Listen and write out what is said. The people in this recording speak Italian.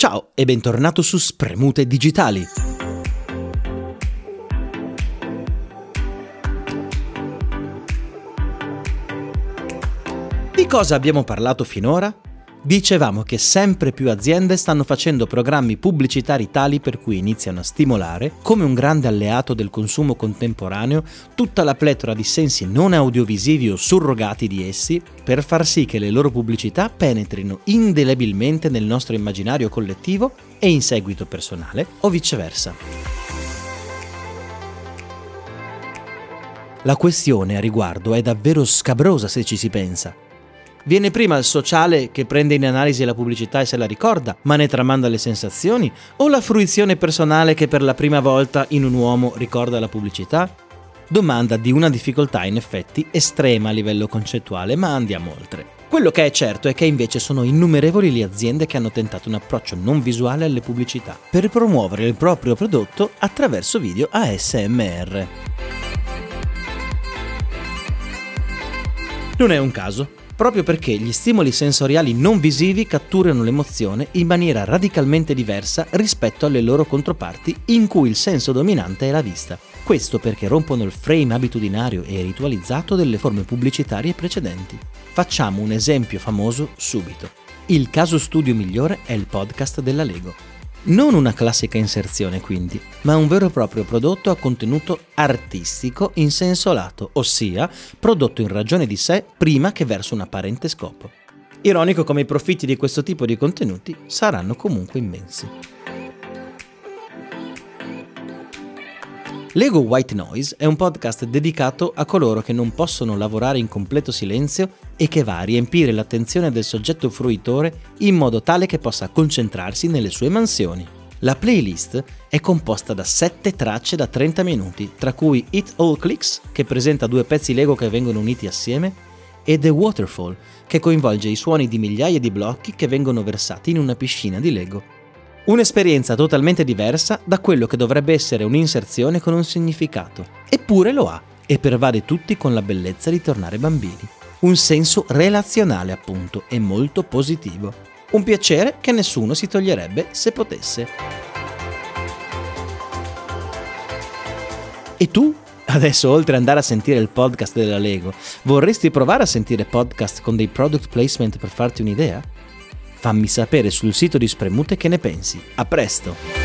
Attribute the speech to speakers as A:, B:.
A: Ciao e bentornato su Spremute Digitali. Di cosa abbiamo parlato finora? Dicevamo che sempre più aziende stanno facendo programmi pubblicitari tali per cui iniziano a stimolare, come un grande alleato del consumo contemporaneo, tutta la pletora di sensi non audiovisivi o surrogati di essi, per far sì che le loro pubblicità penetrino indelebilmente nel nostro immaginario collettivo e in seguito personale, o viceversa. La questione a riguardo è davvero scabrosa se ci si pensa. Viene prima il sociale che prende in analisi la pubblicità e se la ricorda, ma ne tramanda le sensazioni? O la fruizione personale che per la prima volta in un uomo ricorda la pubblicità? Domanda di una difficoltà in effetti estrema a livello concettuale, ma andiamo oltre. Quello che è certo è che invece sono innumerevoli le aziende che hanno tentato un approccio non visuale alle pubblicità per promuovere il proprio prodotto attraverso video ASMR. Non è un caso. Proprio perché gli stimoli sensoriali non visivi catturano l'emozione in maniera radicalmente diversa rispetto alle loro controparti in cui il senso dominante è la vista. Questo perché rompono il frame abitudinario e ritualizzato delle forme pubblicitarie precedenti. Facciamo un esempio famoso subito. Il caso studio migliore è il podcast della Lego. Non una classica inserzione quindi, ma un vero e proprio prodotto a contenuto artistico in senso lato, ossia prodotto in ragione di sé prima che verso un apparente scopo. Ironico come i profitti di questo tipo di contenuti saranno comunque immensi. Lego White Noise è un podcast dedicato a coloro che non possono lavorare in completo silenzio e che va a riempire l'attenzione del soggetto fruitore in modo tale che possa concentrarsi nelle sue mansioni. La playlist è composta da 7 tracce da 30 minuti, tra cui It All Clicks, che presenta 2 pezzi Lego che vengono uniti assieme, e The Waterfall, che coinvolge i suoni di migliaia di blocchi che vengono versati in una piscina di Lego. Un'esperienza totalmente diversa da quello che dovrebbe essere un'inserzione con un significato. Eppure lo ha, e pervade tutti con la bellezza di tornare bambini. Un senso relazionale, appunto, e molto positivo. Un piacere che nessuno si toglierebbe se potesse. E tu? Adesso, oltre ad andare a sentire il podcast della Lego, vorresti provare a sentire podcast con dei product placement per farti un'idea? Fammi sapere sul sito di Spremute che ne pensi. A presto!